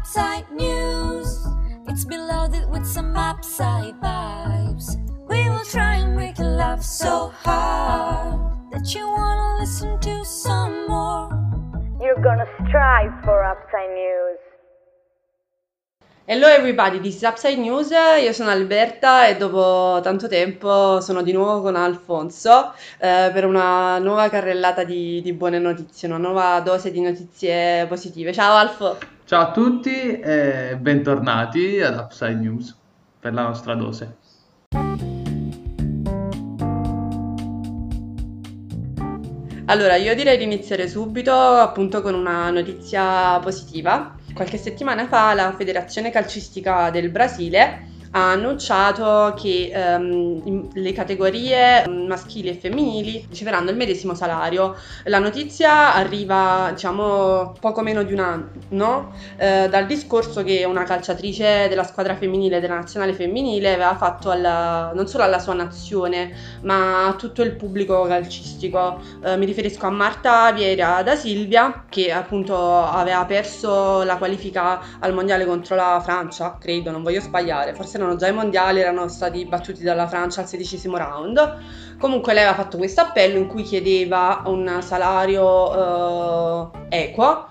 upside news. It's been loaded with some upside vibes. We will try and make you laugh so hard that you wanna listen to some more. You're gonna strive for upside news. Hello everybody, this is Upside News, io sono Alberta e dopo tanto tempo sono di nuovo con Alfonso per una nuova carrellata di buone notizie, una nuova dose di notizie positive. Ciao Alfo! Ciao a tutti e bentornati ad Upside News per la nostra dose. Allora, io direi di iniziare subito appunto con una notizia positiva. Qualche settimana fa la Federazione Calcistica del Brasile ha annunciato che le categorie maschili e femminili riceveranno il medesimo salario. La notizia arriva, diciamo, poco meno di un anno dal discorso che una calciatrice della squadra femminile, della nazionale femminile, aveva fatto non solo alla sua nazione, ma a tutto il pubblico calcistico. Mi riferisco a Marta Vieira da Silvia, che appunto aveva perso la qualifica al mondiale contro la Francia, credo, non voglio sbagliare, forse erano già i mondiali, erano stati battuti dalla Francia al 16° round. Comunque lei aveva fatto questo appello in cui chiedeva un salario equo,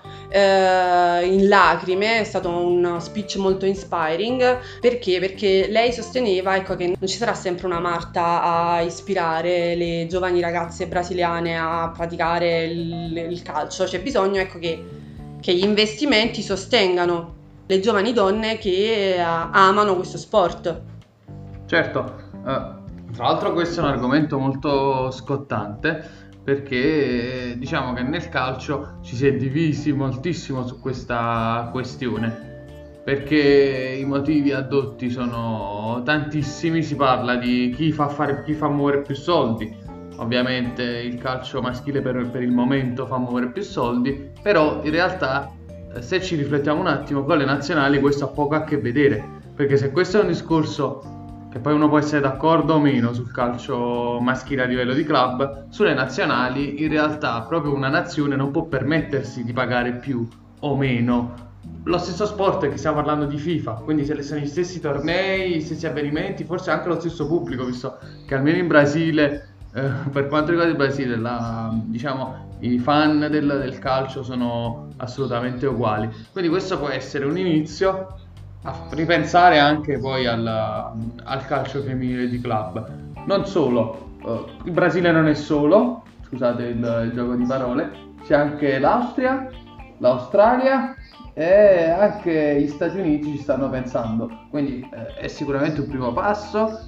in lacrime. È stato un speech molto inspiring. Perché lei sosteneva, ecco, che non ci sarà sempre una Marta a ispirare le giovani ragazze brasiliane a praticare il calcio. C'è bisogno, ecco, che gli investimenti sostengano le giovani donne che amano questo sport. Certo, tra l'altro questo è un argomento molto scottante, perché diciamo che nel calcio ci si è divisi moltissimo su questa questione, perché i motivi addotti sono tantissimi. Si parla di chi fa muovere più soldi. Ovviamente il calcio maschile per il momento fa muovere più soldi, però in realtà, se ci riflettiamo un attimo, con le nazionali questo ha poco a che vedere, perché se questo è un discorso che poi uno può essere d'accordo o meno sul calcio maschile a livello di club, sulle nazionali in realtà proprio una nazione non può permettersi di pagare più o meno. Lo stesso sport, che stiamo parlando di FIFA, quindi se sono gli stessi tornei, gli stessi avvenimenti, forse anche lo stesso pubblico, visto che almeno in Brasile, per quanto riguarda il Brasile, diciamo, i fan del calcio sono assolutamente uguali. Quindi questo può essere un inizio a ripensare anche poi al calcio femminile di club. Non solo, il Brasile non è solo, scusate il gioco di parole, c'è anche l'Austria, l'Australia e anche gli Stati Uniti ci stanno pensando. Quindi è sicuramente un primo passo,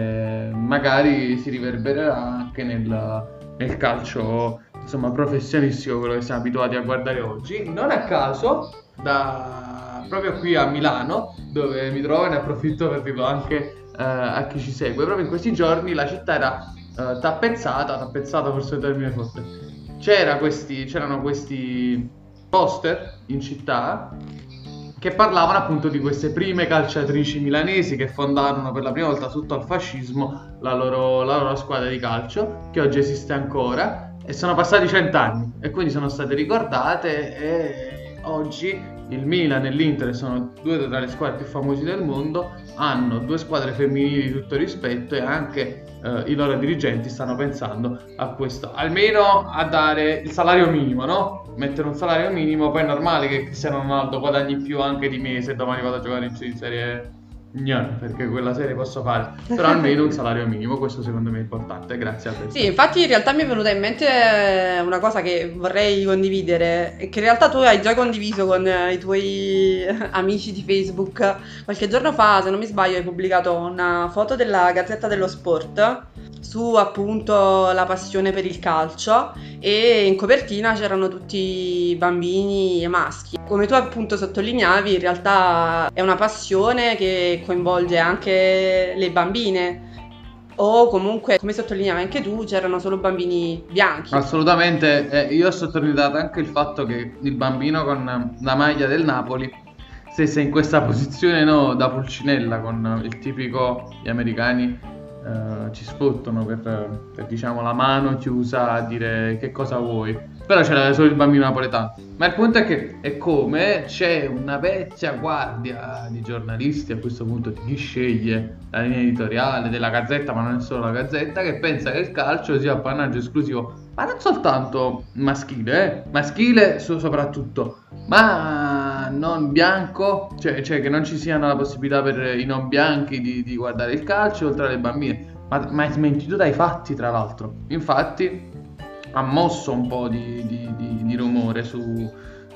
magari si riverbererà anche nel calcio, insomma, professionistico, quello che siamo abituati a guardare oggi. Non a caso, proprio qui a Milano, dove mi trovo, ne approfitto per dirlo anche a chi ci segue, proprio in questi giorni la città era tappezzata forse è il termine forte. C'erano questi poster in città che parlavano appunto di queste prime calciatrici milanesi che fondarono per la prima volta sotto al fascismo la loro squadra di calcio, che oggi esiste ancora, e sono passati 100 anni e quindi sono state ricordate. E oggi il Milan e l'Inter sono due tra le squadre più famose del mondo, hanno due squadre femminili di tutto rispetto, e anche i loro dirigenti stanno pensando a questo, almeno a dare il salario minimo, no? Mettere un salario minimo. Poi è normale che Cristiano Ronaldo guadagni più anche di me se domani vado a giocare in serie, perché quella serie posso fare, però almeno un salario minimo. Questo secondo me è importante. Grazie a te. Sì, infatti in realtà mi è venuta in mente una cosa che vorrei condividere, che in realtà tu hai già condiviso con i tuoi amici di Facebook. Qualche giorno fa, se non mi sbaglio, hai pubblicato una foto della Gazzetta dello Sport su appunto la passione per il calcio, e in copertina c'erano tutti bambini maschi. Come tu appunto sottolineavi, in realtà è una passione che coinvolge anche le bambine, o comunque, come sottolineavi anche tu, c'erano solo bambini bianchi. Assolutamente, io ho sottolineato anche il fatto che il bambino con la maglia del Napoli stesse in questa posizione, no, da Pulcinella, con il tipico, gli americani ci sfruttano per diciamo la mano chiusa a dire che cosa vuoi. Però c'era solo il bambino napoletano. Ma il punto è che è come c'è una vecchia guardia di giornalisti, a questo punto di chi sceglie la linea editoriale della Gazzetta, ma non è solo la Gazzetta, che pensa che il calcio sia appannaggio esclusivo, ma non soltanto maschile soprattutto, ma non bianco, cioè che non ci siano la possibilità per i non bianchi di guardare il calcio oltre alle bambine. Ma è smentito dai fatti, tra l'altro. Infatti ha mosso un po' di rumore sui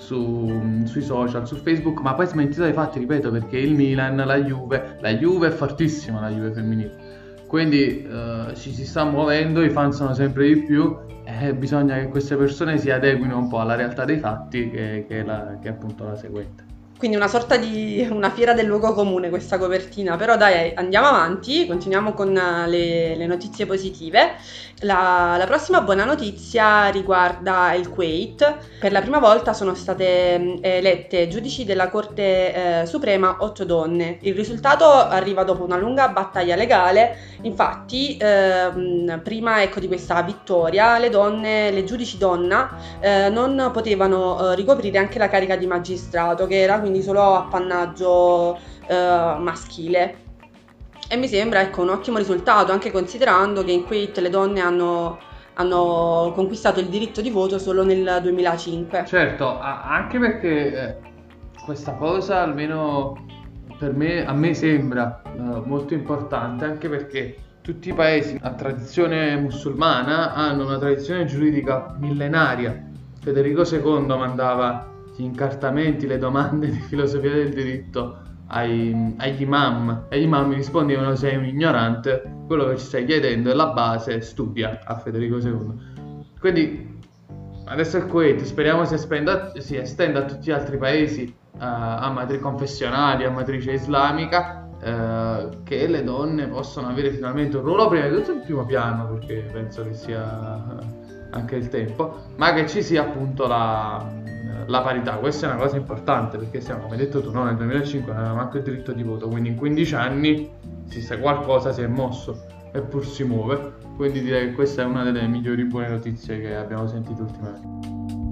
social, su Facebook, ma poi smentito dai fatti, ripeto, perché il Milan, la Juve è fortissima, la Juve femminile, quindi ci si sta muovendo, i fan sono sempre di più, e bisogna che queste persone si adeguino un po' alla realtà dei fatti, che è appunto la seguente. Quindi una sorta di una fiera del luogo comune questa copertina, però dai, andiamo avanti, continuiamo con le notizie positive. La prossima buona notizia riguarda il Kuwait. Per la prima volta sono state elette giudici della Corte Suprema 8 donne. Il risultato arriva dopo una lunga battaglia legale. Infatti, prima di questa vittoria, le giudici donna non potevano ricoprire anche la carica di magistrato, che era quindi solo appannaggio maschile. E mi sembra un ottimo risultato, anche considerando che in Kuwait le donne hanno conquistato il diritto di voto solo nel 2005. Certo, anche perché questa cosa, almeno a me sembra molto importante, anche perché tutti i paesi a tradizione musulmana hanno una tradizione giuridica millenaria. Federico II mandava gli incartamenti, le domande di filosofia del diritto agli imam, e gli imam rispondevano: sei un ignorante, quello che ci stai chiedendo è la base, studia a Federico II. Quindi adesso il Kuwait speriamo si estenda a tutti gli altri paesi confessionali, a matrice islamica, che le donne possano avere finalmente un ruolo, prima di tutto in primo piano, perché penso che sia anche il tempo, ma che ci sia appunto la parità. Questa è una cosa importante, perché siamo, come hai detto tu, nel 2005 non avevamo manco il diritto di voto, quindi in 15 anni qualcosa si è mosso, eppur si muove, quindi direi che questa è una delle migliori buone notizie che abbiamo sentito ultimamente.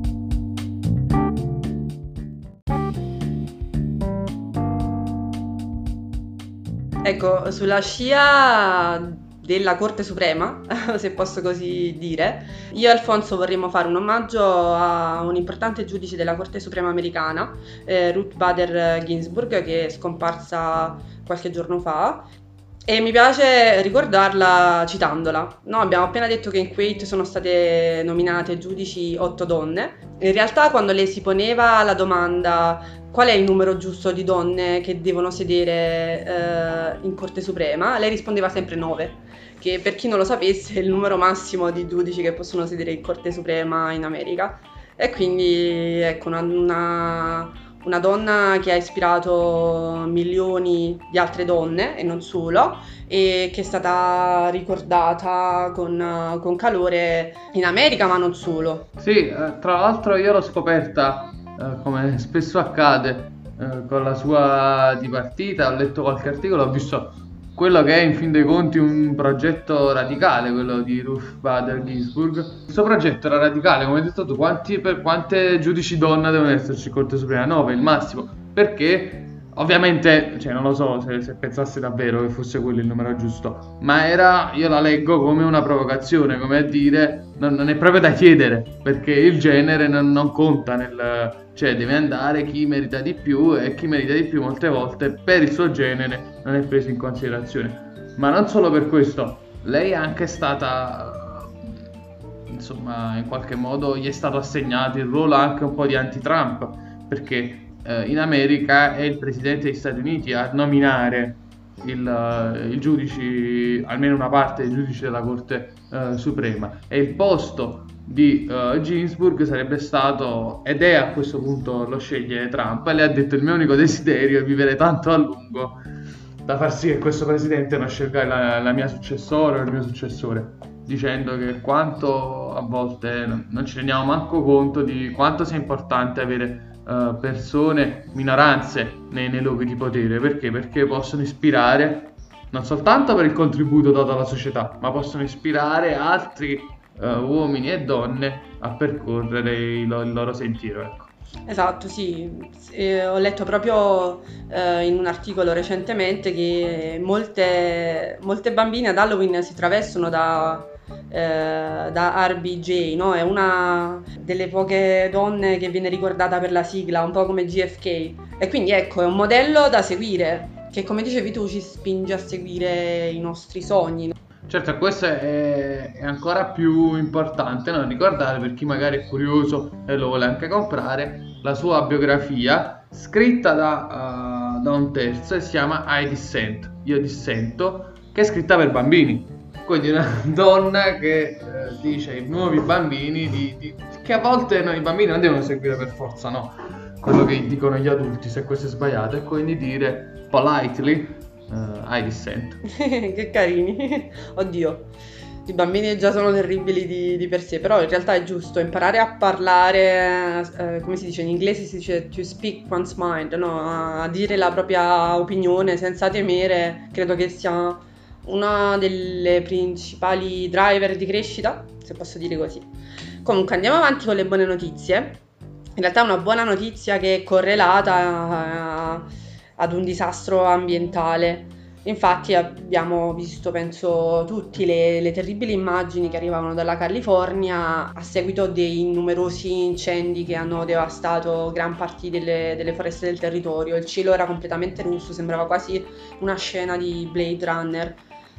Ecco, sulla scia della Corte Suprema, se posso così dire, io e Alfonso vorremmo fare un omaggio a un importante giudice della Corte Suprema americana, Ruth Bader Ginsburg, che è scomparsa qualche giorno fa, e mi piace ricordarla citandola. No, abbiamo appena detto che in Kuwait sono state nominate giudici 8 donne. In realtà, quando le si poneva la domanda qual è il numero giusto di donne che devono sedere in Corte Suprema, lei rispondeva sempre 9, che per chi non lo sapesse è il numero massimo di giudici che possono sedere in Corte Suprema in America. E quindi ecco, una donna che ha ispirato milioni di altre donne, e non solo, e che è stata ricordata con calore in America, ma non solo. Sì, tra l'altro io l'ho scoperta, come spesso accade, con la sua dipartita. Ho letto qualche articolo, ho visto quello che è in fin dei conti un progetto radicale, quello di Ruth Bader Ginsburg. Il suo progetto era radicale, come hai detto tu. Quante giudici donna devono esserci in Corte Suprema? 9 il massimo, perché ovviamente, non lo so se pensasse davvero che fosse quello il numero giusto, ma io la leggo come una provocazione, come a dire non è proprio da chiedere, perché il genere non conta deve andare chi merita di più, e chi merita di più molte volte per il suo genere non è preso in considerazione. Ma non solo per questo, lei è anche stata, in qualche modo gli è stato assegnato il ruolo anche un po' di anti-Trump, perché in America è il presidente degli Stati Uniti a nominare i giudici, almeno una parte dei giudici della Corte Suprema, e il posto di Ginsburg sarebbe stato, ed è a questo punto, lo sceglie Trump, e lei ha detto: il mio unico desiderio è vivere tanto a lungo da far sì che questo presidente non scelga la mia successore o il mio successore, dicendo che quanto a volte non ci rendiamo manco conto di quanto sia importante avere persone, minoranze nei luoghi di potere. Perché possono ispirare non soltanto per il contributo dato alla società, ma possono ispirare altri uomini e donne a percorrere il loro sentiero, ecco. Esatto, sì. Ho letto proprio in un articolo recentemente che molte bambine ad Halloween si travestono da RBJ, no? È una delle poche donne che viene ricordata per la sigla, un po' come JFK. E quindi ecco, è un modello da seguire, che come dicevi tu ci spinge a seguire i nostri sogni. Certo, questo è ancora più importante, no? Ricordare, per chi magari è curioso e lo vuole anche comprare, la sua biografia scritta da un terzo e si chiama I Dissent, Io dissento, che è scritta per bambini. Quindi una donna che dice ai nuovi bambini che a volte i bambini non devono seguire per forza, no, quello che dicono gli adulti, se questo è sbagliato, e quindi dire politely I dissent. Che carini. Oddio, i bambini già sono terribili di per sé, però in realtà è giusto imparare a parlare, come si dice in inglese, si dice to speak one's mind, no? A dire la propria opinione senza temere. Credo che sia una delle principali driver di crescita, se posso dire così. Comunque andiamo avanti con le buone notizie. In realtà è una buona notizia che è correlata ad un disastro ambientale. Infatti abbiamo visto, penso tutti, le terribili immagini che arrivavano dalla California a seguito dei numerosi incendi che hanno devastato gran parti delle foreste del territorio. Il cielo era completamente rosso, sembrava quasi una scena di Blade Runner.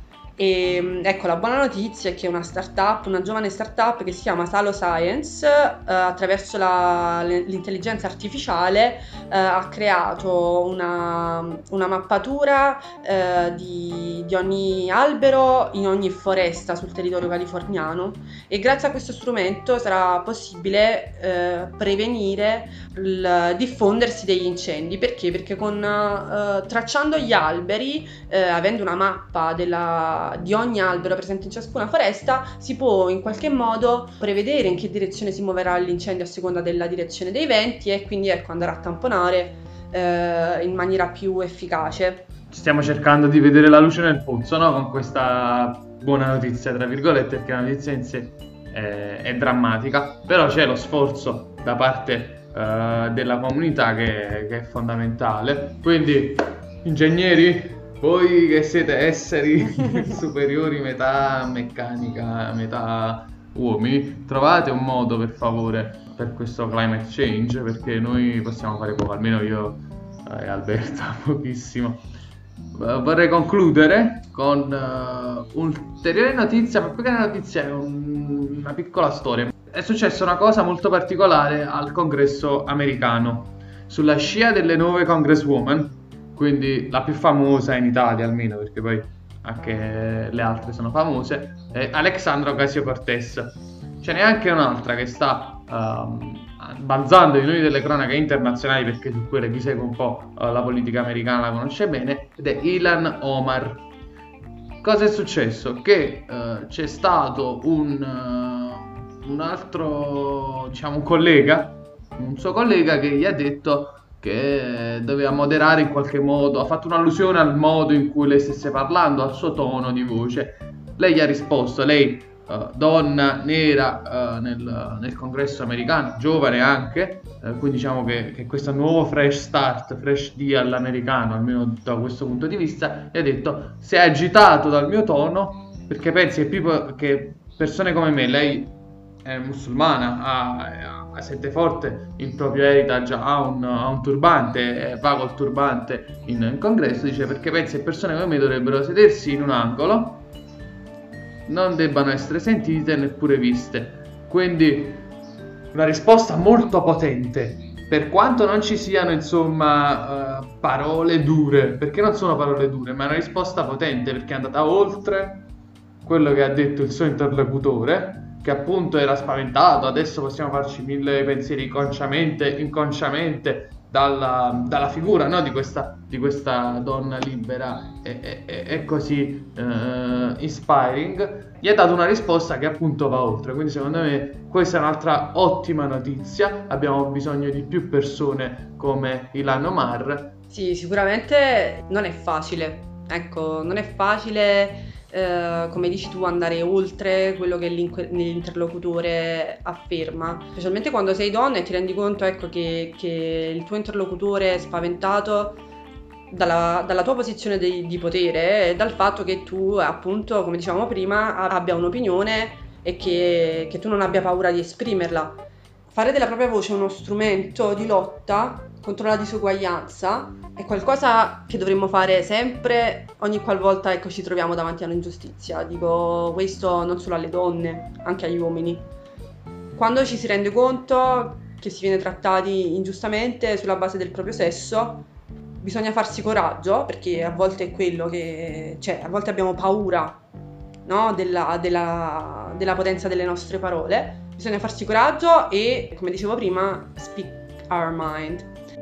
E ecco, la buona notizia è che una giovane startup che si chiama Salo Science, attraverso l'intelligenza artificiale, ha creato una mappatura di ogni albero in ogni foresta sul territorio californiano, e grazie a questo strumento sarà possibile prevenire il diffondersi degli incendi. Perché? Perché tracciando gli alberi, avendo una mappa di ogni albero presente in ciascuna foresta, si può in qualche modo prevedere in che direzione si muoverà l'incendio a seconda della direzione dei venti, e quindi ecco, andare a tamponare in maniera più efficace. Stiamo cercando di vedere la luce nel pozzo, no? Con questa buona notizia, tra virgolette, perché la notizia in sé è drammatica, però c'è lo sforzo da parte della comunità che è fondamentale. Quindi, ingegneri, voi che siete esseri superiori, metà meccanica, metà uomini, trovate un modo, per favore, per questo climate change, perché noi possiamo fare poco, almeno io e Alberta pochissimo. Vorrei concludere con un'ulteriore notizia, ma più che una notizia è una piccola storia. È successa una cosa molto particolare al Congresso americano, sulla scia delle nuove Congresswoman, quindi la più famosa in Italia almeno, perché poi anche le altre sono famose, è Alexandra Ocasio-Cortez. Ce n'è anche un'altra che sta balzando i noi delle cronache internazionali, perché su quelle chi segue un po' la politica americana la conosce bene, ed è Ilhan Omar. Cosa è successo? Che c'è stato un altro, diciamo, un suo collega che gli ha detto che doveva moderare in qualche modo, ha fatto un'allusione al modo in cui lei stesse parlando, al suo tono di voce. Lei gli ha risposto, lei donna nera nel congresso americano, giovane anche, quindi diciamo che questo nuovo fresh start, fresh deal all'americano, almeno da questo punto di vista, gli ha detto: sei agitato dal mio tono perché pensi che persone come me, lei è musulmana, sente forte il proprio heritage, ha un turbante, va col turbante in congresso, dice, perché pensi che persone come me dovrebbero sedersi in un angolo, non debbano essere sentite neppure viste. Quindi una risposta molto potente, per quanto non ci siano, insomma, parole dure, perché non sono parole dure, ma è una risposta potente, perché è andata oltre quello che ha detto il suo interlocutore, che appunto era spaventato. Adesso possiamo farci mille pensieri inconsciamente dalla figura, no, di questa donna libera e così inspiring. Gli ha dato una risposta che appunto va oltre, quindi secondo me questa è un'altra ottima notizia. Abbiamo bisogno di più persone come Ilhan Omar. Sì, sicuramente non è facile, ecco, non è facile come dici tu, andare oltre quello che l'interlocutore afferma, specialmente quando sei donna e ti rendi conto, ecco, che il tuo interlocutore è spaventato dalla tua posizione di potere e dal fatto che tu, appunto, come dicevamo prima, abbia un'opinione e che tu non abbia paura di esprimerla. Fare della propria voce uno strumento di lotta contro la disuguaglianza è qualcosa che dovremmo fare sempre, ogni qualvolta, ecco, ci troviamo davanti a un'ingiustizia. Dico questo non solo alle donne, anche agli uomini. Quando ci si rende conto che si viene trattati ingiustamente sulla base del proprio sesso, bisogna farsi coraggio, perché a volte è quello cioè, a volte abbiamo paura, no? della potenza delle nostre parole. Bisogna farsi coraggio e, come dicevo prima, speak our mind.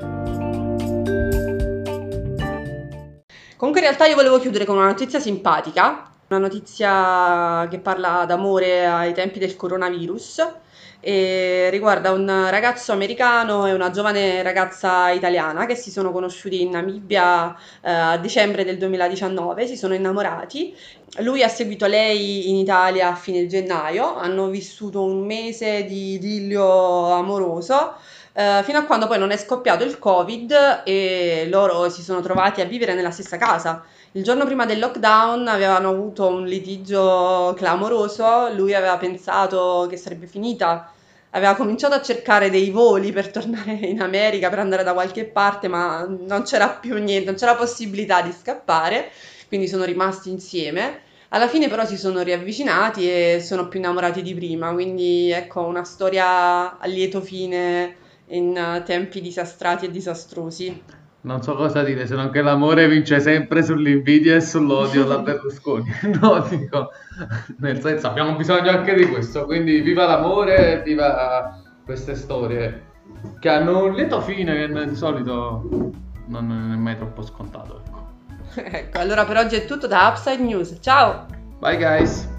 Comunque in realtà io volevo chiudere con una notizia simpatica, una notizia che parla d'amore ai tempi del coronavirus e riguarda un ragazzo americano e una giovane ragazza italiana che si sono conosciuti in Namibia a dicembre del 2019, si sono innamorati. Lui ha seguito lei in Italia a fine gennaio, hanno vissuto un mese di idillio amoroso, fino a quando poi non è scoppiato il Covid e loro si sono trovati a vivere nella stessa casa. Il giorno prima del lockdown avevano avuto un litigio clamoroso, lui aveva pensato che sarebbe finita, aveva cominciato a cercare dei voli per tornare in America, per andare da qualche parte, ma non c'era più niente, non c'era possibilità di scappare, quindi sono rimasti insieme. Alla fine però si sono riavvicinati e sono più innamorati di prima, quindi ecco una storia a lieto fine in tempi disastrati e disastrosi. Non so cosa dire, se non che l'amore vince sempre sull'invidia e sull'odio alla Berlusconi. No, dico, nel senso abbiamo bisogno anche di questo, quindi viva l'amore e viva queste storie che hanno un lieto fine che di solito non è mai troppo scontato. Ecco, allora per oggi è tutto da Upside News, ciao! Bye guys!